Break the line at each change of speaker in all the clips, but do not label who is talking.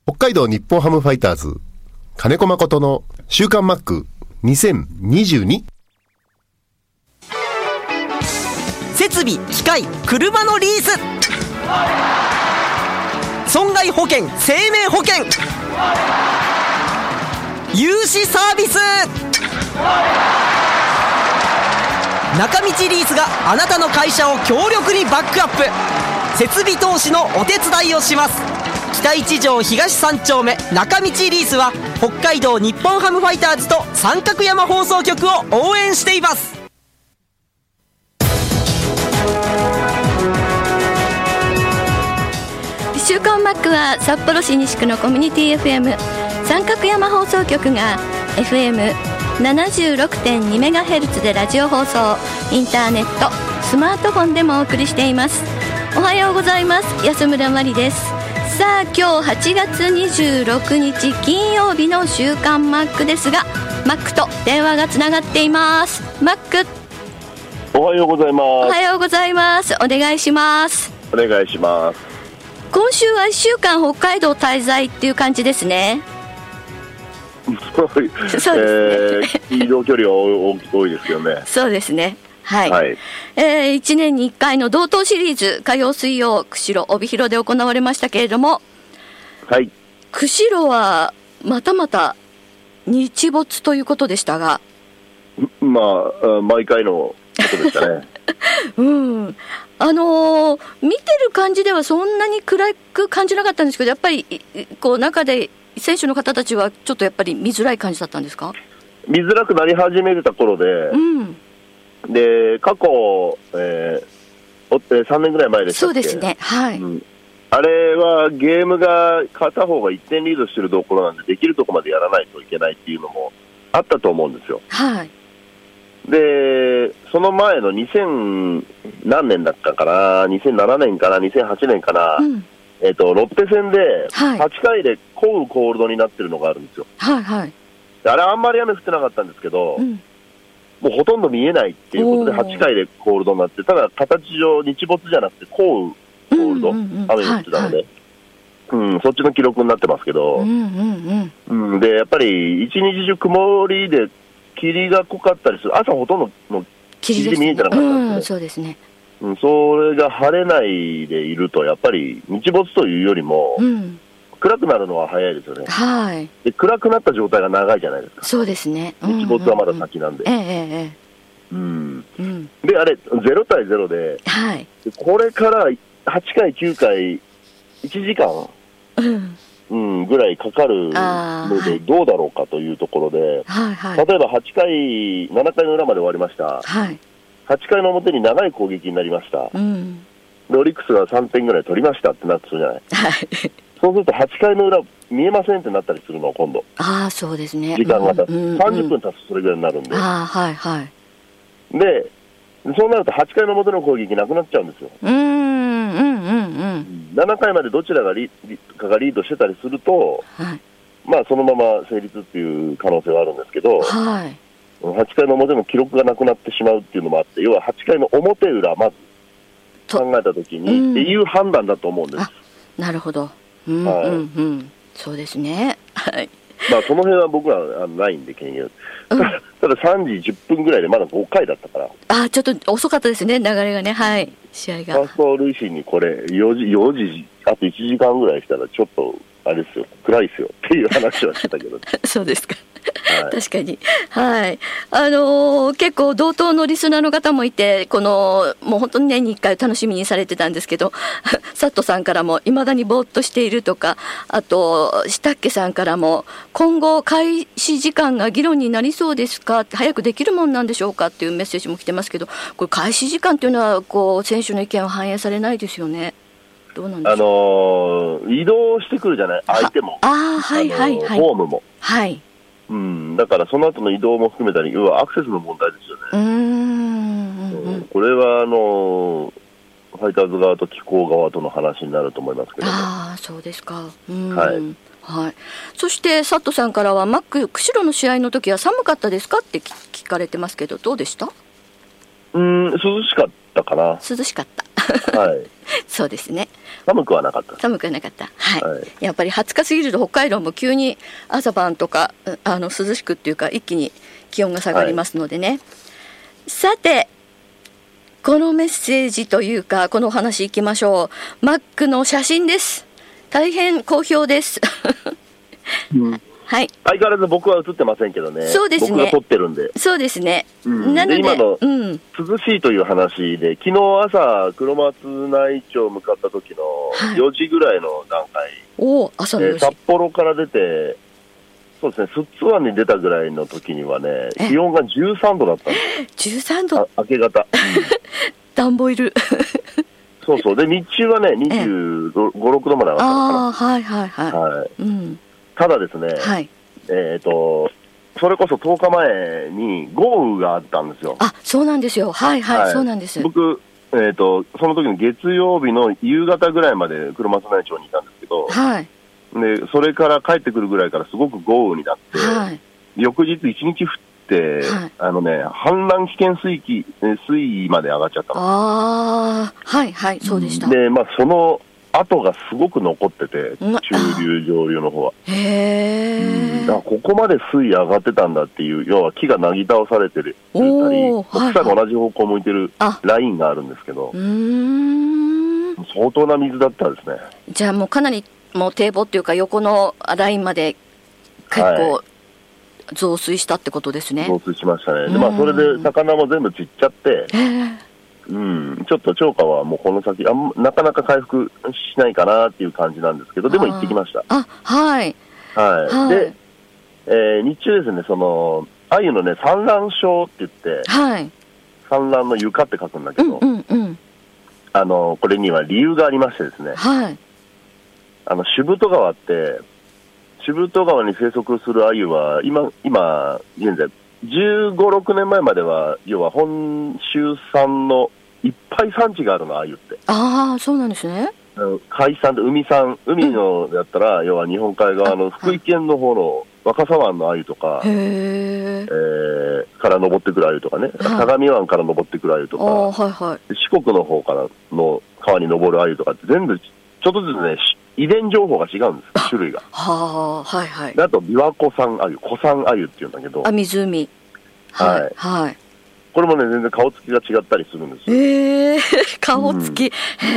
北海道日本ハムファイターズ金子誠の週刊マック2022。
設備機械車のリース、損害保険生命保険、融資サービス、中道リースがあなたの会社を強力にバックアップ、設備投資のお手伝いをします。北一条東三丁目中道リースは北海道日本ハムファイターズと三角山放送局を応援しています。
週刊マックは札幌市西区のコミュニティ FM 三角山放送局が FM76.2MHz でラジオ放送、インターネット、スマートフォンでもお送りしています。おはようございます。安村麻里です。さあ今日8月26日金曜日の週刊マックですが、マックと電話がつながっています。マック、
おはようございます。
おはようございます。お願いします。
お願いします。
今週は1週間北海道滞在っていう感じですね。
そうですね、移動距離は多いですけどね。
そうですね、はい、
はい。
1年に1回の道東シリーズ、火曜水曜釧路帯広で行われましたけれども、
はい、
釧路はまたまた日没ということでしたが、
まあ毎回のことでしたね。
うん、見てる感じではそんなに暗く感じなかったんですけど、やっぱりこう中で選手の方たちはちょっとやっぱり見づらい感じだったんですか？
見づらくなり始めてた頃で、うん、で過去、3年ぐらい前でしたっけ。
そうですね、はい、
うん、あれはゲームが片方が1点リードしてるところなんで、できるところまでやらないといけないっていうのもあったと思うんですよ。
はい。
でその前の2000何年だったかな、2007年かな、2008年かな、うん、ロッテ戦で8回で降雨コールドになってるのがあるんですよ。はいはい。あれあんまり雨降ってなかったんですけど、うん、もうほとんど見えないっていうことで8回でコールドになって、ただ形上日没じゃなくて降雨コールド、雨降ってたので、そっちの記録になってますけど、でやっぱり一日中曇りで霧が濃かったりする。朝ほとんどの霧で見えてなかったんですね。
そうですね。
それが晴れないでいると、やっぱり日没というよりも、暗くなるのは早いですよね。はい。で暗くなった状態が長いじゃないですか。
そうですね。
日没はまだ先なんで。であれ0対0で、はい、これから8回9回1時間、ぐらいかかるのでどうだろうかというところで、例えば7回の裏まで終わりました、はい、8回の表に長い攻撃になりました、でオリックスが3点ぐらい取りましたってなってするじゃない、はい、そうすると8回の裏見えませんってなったりするの、今度。
そうですね、
時間が経つ、30分経つとそれぐらいになるんで、はいはい、でそうなると8回の表の攻撃なくなっちゃうんですよ。7回までどちらがリードしてたりすると、はい、まあそのまま成立っていう可能性はあるんですけど、はい、8回の表の記録がなくなってしまうっていうのもあって、要は8回の表裏まず考えたときにっていう判断だと思うんです。
なるほど、そうですね、はい、
まあその辺は僕はないんで権限、ただ3時10分ぐらいでまだ5回だったから、
ちょっと遅かったですね、流れがね、はい、試合が。
ファースト塁審にこれ4時あと1時間ぐらいしたらちょっとあれですよ、暗いですよっていう話はしてたけど、
そうですか、はい、確かに、はい、結構同等のリスナーの方もいて、もう本当に年に1回楽しみにされてたんですけど、サットさんからもいまだにぼーっとしているとか、あとしたっけさんからも今後開始時間が議論になりそうですか、早くできるもんなんでしょうかっていうメッセージも来てますけど、これ開始時間っていうのは選手の意見は反映されないですよね。どうなんでしょう。
移動してくるじゃない、相手も、
はいはいはい、
ホームも、
はい、
だからその後の移動も含めたり、要はアクセスの問題ですよね。これはファイターズ側と機構側との話になると思いますけど、
そうですか。
はい
はい、そして佐藤さんからはマック釧路の試合の時は寒かったですかって聞かれてますけど、どうでした？
涼しかったかな。
涼しかった。
はい。
そうですね。
寒くはなかった。
寒くはなかった。はい。
はい、
やっぱり20日過ぎると北海道も急に朝晩とか涼しくっていうか一気に気温が下がりますのでね。はい、さてこのメッセージというかこのお話いきましょう。マックの写真です。大変好評です。はい。
相変わらず僕は映ってませんけどね。
そうですね。
僕が撮ってるんで。
そうですね。
なので今の涼しいという話で、昨日朝黒松内町向かった時の4時ぐらいの段階、
朝の4時、
札幌から出て、そうですね、寿司湾に出たぐらいの時にはね、気温が13度だったんです。
13度。
明け方。
暖房いる。
そうそう。で日中はね25、6度まで上がったのかな。
はいはいはい。
はい。ただですね、
はい、
それこそ10日前に豪雨があったんですよ。
そうなんですよ。はいはい、はい、そうなんです。
僕、その時の月曜日の夕方ぐらいまで黒松内町にいたんですけど、
はい、
でそれから帰ってくるぐらいからすごく豪雨になって、はい、翌日1日降って、はい、氾濫危険水位まで上がっちゃったの。
はいはい、そうでした。
で、その跡がすごく残ってて、中流上流の方は。ここまで水位上がってたんだっていう、要は木がなぎ倒されてるたり、草が同じ方向向いてるラインがあるんですけど、相当な水だったですね。
じゃあもうかなりもう堤防っていうか横のラインまで結構増水したってことですね。
増水しましたね。で、それで魚も全部散っちゃって、ちょっと釣果はもうこの先なかなか回復しないかなっていう感じなんですけど、でも行ってきました。
はい
はい。で、日中ですね、鮎のね、産卵床って言って、産卵の床って書くんだけど、これには理由がありましてですね、朱太川って、朱太川に生息する鮎は今現在15、6年前までは、要は本州産のいっぱい産地があるの、鮎って。
そうなんですね。
海産で海のだったら、要は日本海側の福井県の方の若狭湾の鮎とか、から登ってくる鮎とかね、相模湾から登ってくる鮎とか、四国の方からの川に登る鮎とかって全部ちょっとずつね、遺伝情報が違うんです、種類が。あと琵琶湖産鮎、湖産鮎っていうんだけど、
湖。
これもね、全然顔つきが違ったりするんですよ。
顔つき。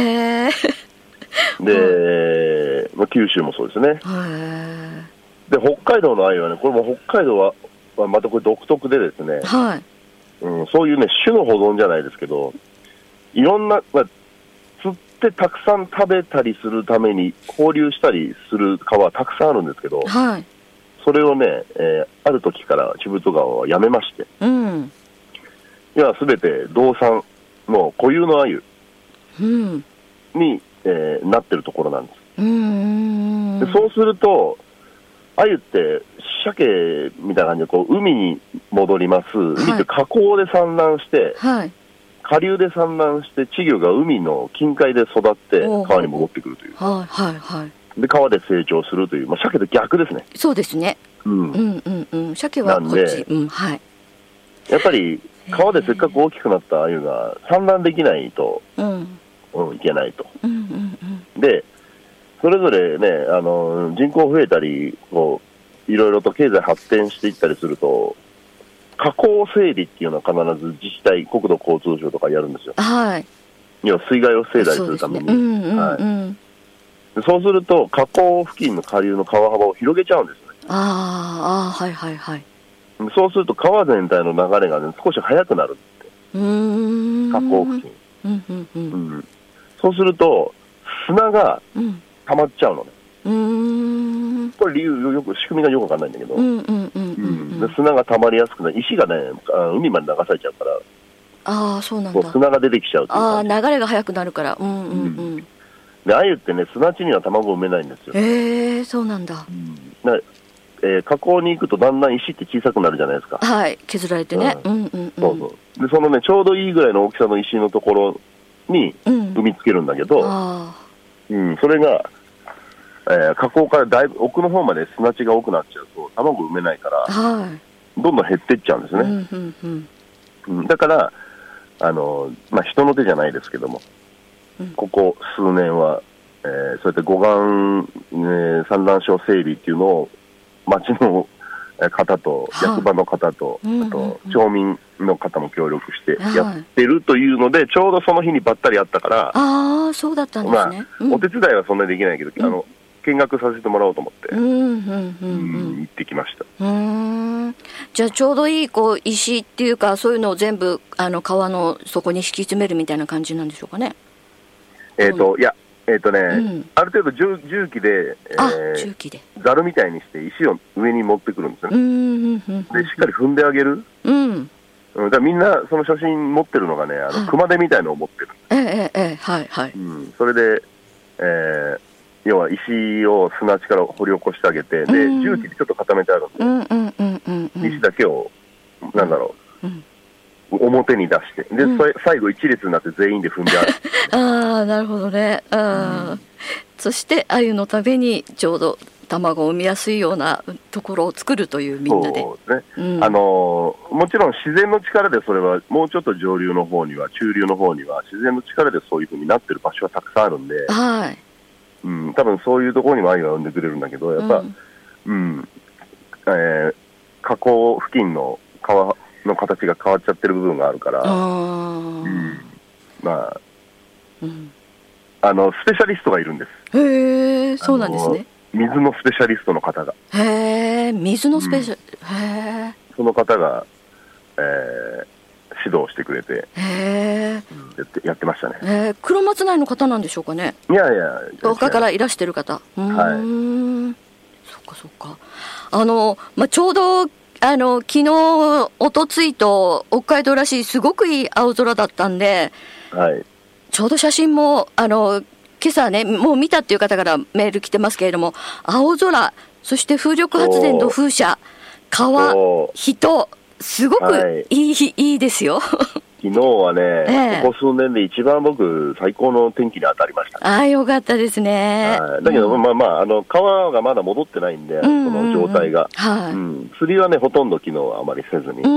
で、九州もそうですね。で、北海道の鮎はね、これも北海道はまたこれ独特でですね、そういうね、種の保存じゃないですけど、いろんな、釣ってたくさん食べたりするために放流したりする川はたくさんあるんですけど、それをね、ある時から朱太川はやめまして、今はすべて道産の固有の鮎に、なってるところなんです。でそうすると、鮎って鮭みたいな感じでこう海に戻ります。海って河口で産卵して、下流で産卵して稚魚が海の近海で育って川に戻ってくるという。で川で成長するという、鮭と逆ですね。
そうですね。鮭はこっち。
やっぱり川でせっかく大きくなった鮎が産卵できないと、いけないと。でそれぞれね、人口増えたりこういろいろと経済発展していったりすると、河口整備っていうのは必ず自治体、国土交通省とかやるんですよ。要は水害を防いだりするために。そうすると河口付近の下流の川幅を広げちゃうんですよね。そうすると川全体の流れが、ね、少し速くなるって河口付近、そうすると砂が溜まっちゃうのね。これ理由仕組みがよくわかんないんだけど、砂が溜まりやすくなる。石がね海まで流されちゃうから、
そうなんだ。
砂が出てきちゃうという
流れが速くなるから。
で鮎ってね、砂地には卵を産めないんですよ。
そうなんだ。
河口に行くとだんだん石って小さくなるじゃないですか。
削られてね。
でそのねちょうどいいぐらいの大きさの石のところに産みつけるんだけど、それが、河口からだいぶ奥の方まで砂地が多くなっちゃうと卵産めないから、どんどん減っていっちゃうんですね。だから人の手じゃないですけども、ここ数年は、そうやって護岸、産卵床整備っていうのを町の方と役場の方と、あと町民の方も協力してやってるというので、ちょうどその日にばったり会ったから、
ああ、そうだったんですね。
お手伝いはそんなにできないけど、見学させてもらおうと思って、行ってきました。
じゃあちょうどいい石っていうか、そういうのを全部川の底に敷き詰めるみたいな感じなんでしょうかね。
いや、ある程度重機で、ざるみたいにして石を上に持ってくるんですよね。でしっかり踏んであげる。だからみんなその写真持ってるのがね、熊手みたいのを持ってる。それで、要は石を砂地から掘り起こしてあげて、で重機でちょっと固めてあるんで、石だけを表に出して、で最後一列になって全員で踏んである。
ああ、なるほどね。そして鮎のためにちょうど卵を産みやすいようなところを作るという、みんなで。
そうですね。もちろん自然の力でそれはもうちょっと上流の方には、中流の方には自然の力でそういう風になってる場所はたくさんあるんで、多分そういうところにも鮎が産んでくれるんだけど、やっぱ、河口付近の川の形が変わっちゃってる部分があるから、スペシャリストがいるんです。
へえ、そうなんですね。
水のスペシャリストの方が。
へえ、水のスペシャリ、へえ。
その方が、指導してくれて、やってましたね。
黒松内の方なんでしょうかね。
いやいや、
他からいらしてる方。そっかそっか。ちょうど昨日、おとついと北海道らしいすごくいい青空だったんで、ちょうど写真も今朝ね、もう見たっていう方からメール来てますけれども、青空、そして風力発電の風車、川、人、すごくいいですよ。
昨日はね、ここ数年で一番僕、最高の天気に当たりました。
よかったですね。
だけど、川がまだ戻ってないんで、その状態が。釣りはね、ほとんど昨日はあまりせずに、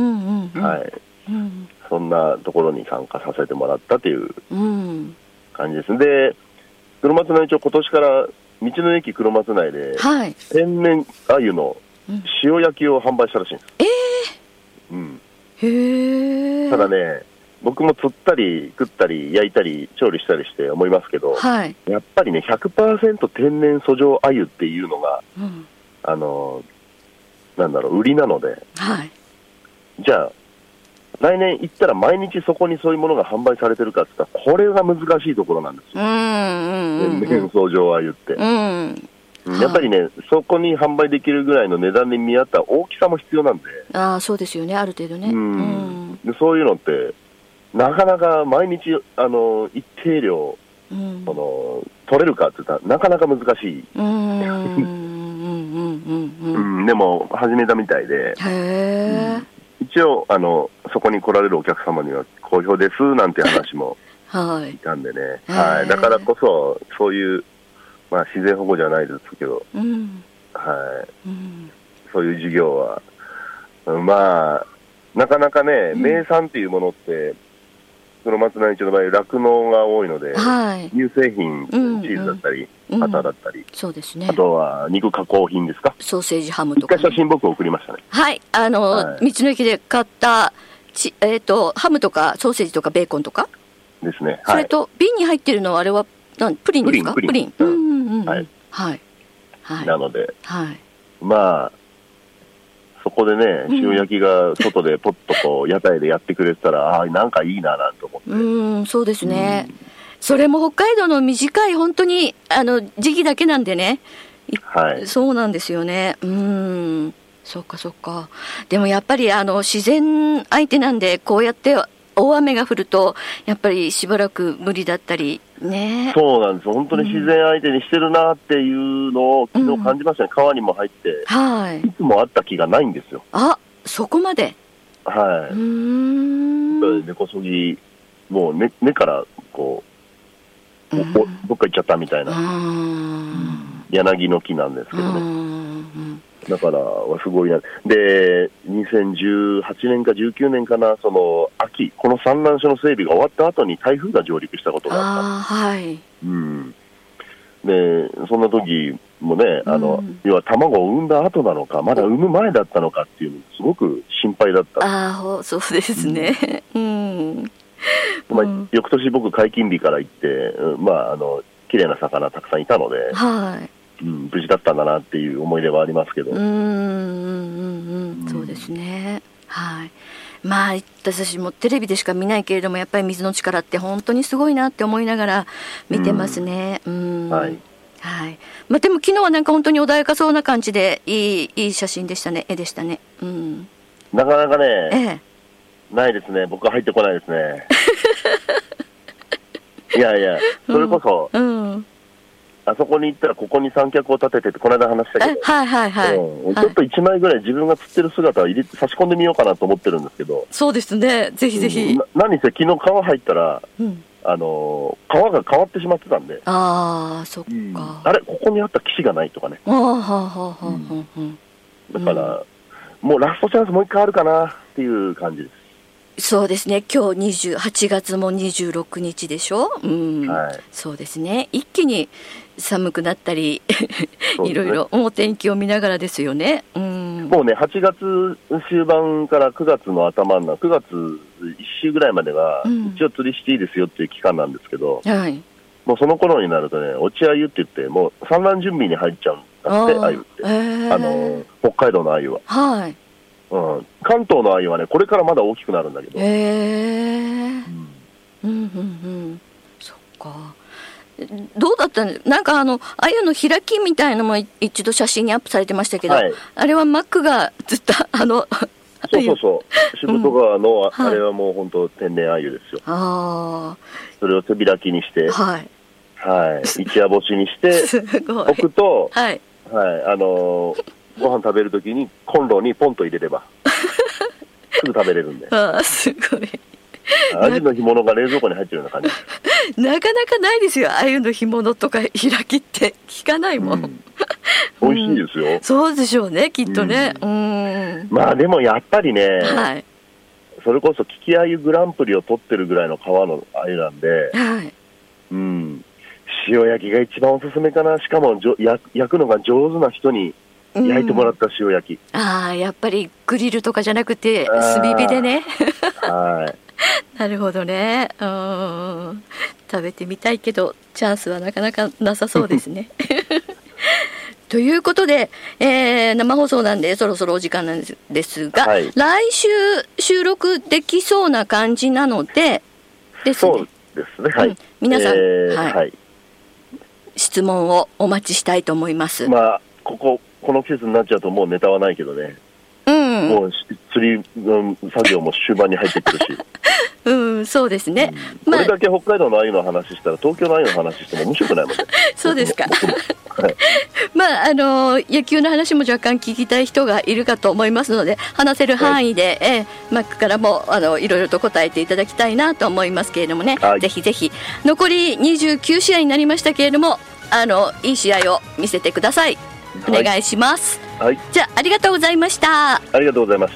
そんなところに参加させてもらったという感じです。で、黒松内町、今年から道の駅黒松内で、天然鮎の塩焼きを販売したらしいんです。ただね、僕も釣ったり食ったり焼いたり調理したりして思いますけど、やっぱりね 100% 天然遡上鮎っていうのが、売りなので、じゃあ来年行ったら毎日そこにそういうものが販売されてるかって言ったら、これが難しいところなんですよ、天然遡上鮎って。やっぱりね、そこに販売できるぐらいの値段に見合った大きさも必要なんで。
そうですよね、ある程度ね。
でそういうのってなかなか毎日一定量、取れるかって言ったらなかなか難しい。でも始めたみたいで、一応そこに来られるお客様には好評ですなんて話もいたんでね、だからこそそういう自然保護じゃないですけど、そういう事業はなかなかね、名産っていうものって黒松内町の場合酪農が多いので、乳製品、チーズだったりバターだったり、あとは肉加工品ですか、
ソーセージハムとか、
一回写真僕送りましたね。
道の駅で買ったハムとかソーセージとかベーコンとか
ですね。
それと瓶に入ってるのはあれはプリンですか？プリン。
なので、そこでね、塩焼きが外でポッとこう屋台でやってくれてたら、なんかいいななんて思って。
そうですね。それも北海道の短い本当に時期だけなんでね。そうなんですよね。そっかそっか。でもやっぱり自然相手なんで、こうやって大雨が降るとやっぱりしばらく無理だったりね。
そうなんです。本当に自然相手にしてるなっていうのを昨日感じましたね。川にも入って、いつもあった気がないんですよ。
そこまで。
根こそぎもう根からこうどっか行っちゃったみたいな柳の木なんですけどね。 だからすごいな。で、2018年か19年かな、その秋、この産卵所の整備が終わった後に台風が上陸したことがあった。
はい。
で、そんな時もね、要は卵を産んだ後なのか、まだ産む前だったのかっていうのすごく心配だった。
そうですね。
翌年僕解禁日から行って、綺麗な魚たくさんいたので、無事だったんだなっていう思い出はありますけど。
そうですね。はい。私もテレビでしか見ないけれども、やっぱり水の力って本当にすごいなって思いながら見てますね。はい。でも昨日はなんか本当に穏やかそうな感じでいい写真でしたね、絵でしたね。
なかなかね、ないですね。僕は入ってこないですね。いやいや、それこそ、あそこに行ったらここに三脚を立ててってこの間話したけど、ちょっと1枚ぐらい自分が釣ってる姿を差し込んでみようかなと思ってるんですけど。
そうですね、ぜひぜひ。
何せ昨日川入ったら、川が変わってしまってたんで、
そっか。
あれここにあった岸がないとかね。だからもうラストチャンスもう一回あるかなっていう感じです。
そうですね。今日8月も26日でしょ。そうですね。一気に寒くなったりいろいろお天気を見ながらですよね。
もうね、8月終盤から9月の頭の9月1週ぐらいまでが一応釣りしていいですよっていう期間なんですけど、もうその頃になるとね、落ち鮎って言ってもう産卵準備に入っちゃうんだって、鮎って、北海道の鮎は。関東の鮎はね、これからまだ大きくなるんだけど。
そっか。どうだったんですか。なんか鮎の開きみたいのも一度写真にアップされてましたけど、あれはマックが釣った
そう渋戸川のあれはもう本当天然鮎ですよ。それを手開きにして、一夜干しにして置くと、ご飯食べるときにコンロにポンと入れればすぐ食べれるんで。
すごい。
アジの干物が冷蔵庫に入ってるような感じ。
なかなかないですよ。鮎の干物とか開きって聞かないもん。
美味しいですよ。
そうでしょうね、きっとね。
でもやっぱりね、それこそ利き鮎グランプリを取ってるぐらいの川の鮎なんで、塩焼きが一番おすすめかな。しかも焼くのが上手な人に焼いてもらった塩焼き。
やっぱりグリルとかじゃなくて炭火でね。なるほどね。食べてみたいけどチャンスはなかなかなさそうですね。ということで、生放送なんでそろそろお時間なんですが、来週収録できそうな感じなのでですね。そうですね。皆さん、質問をお待ちしたいと思います。
この季節になっちゃうともうネタはないけどね。もう釣り作業も終盤に入ってくるし。
そうですね。
これだけ北海道の鮎の話したら東京の鮎の話しても面白くないもんね。
そうですか。野球の話も若干聞きたい人がいるかと思いますので、話せる範囲で、マックからもいろいろと答えていただきたいなと思いますけれどもね、ぜひぜひ残り29試合になりましたけれども、いい試合を見せてください。お願いします。じゃあ、ありがとうございました。
ありがとうございました。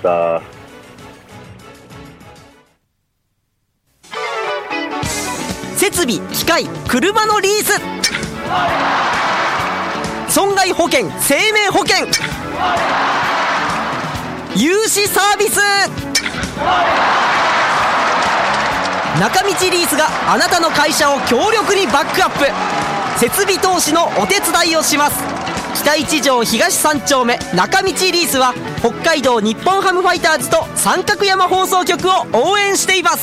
設備機械車のリース、損害保険生命保険、融資サービス、中道リースがあなたの会社を強力にバックアップ、設備投資のお手伝いをします。北一条東三丁目中道リースは北海道日本ハムファイターズと三角山放送局を応援しています。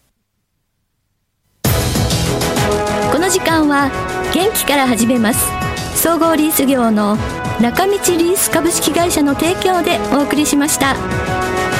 この時間は元気から始めます。総合リース業の中道リース株式会社の提供でお送りしました。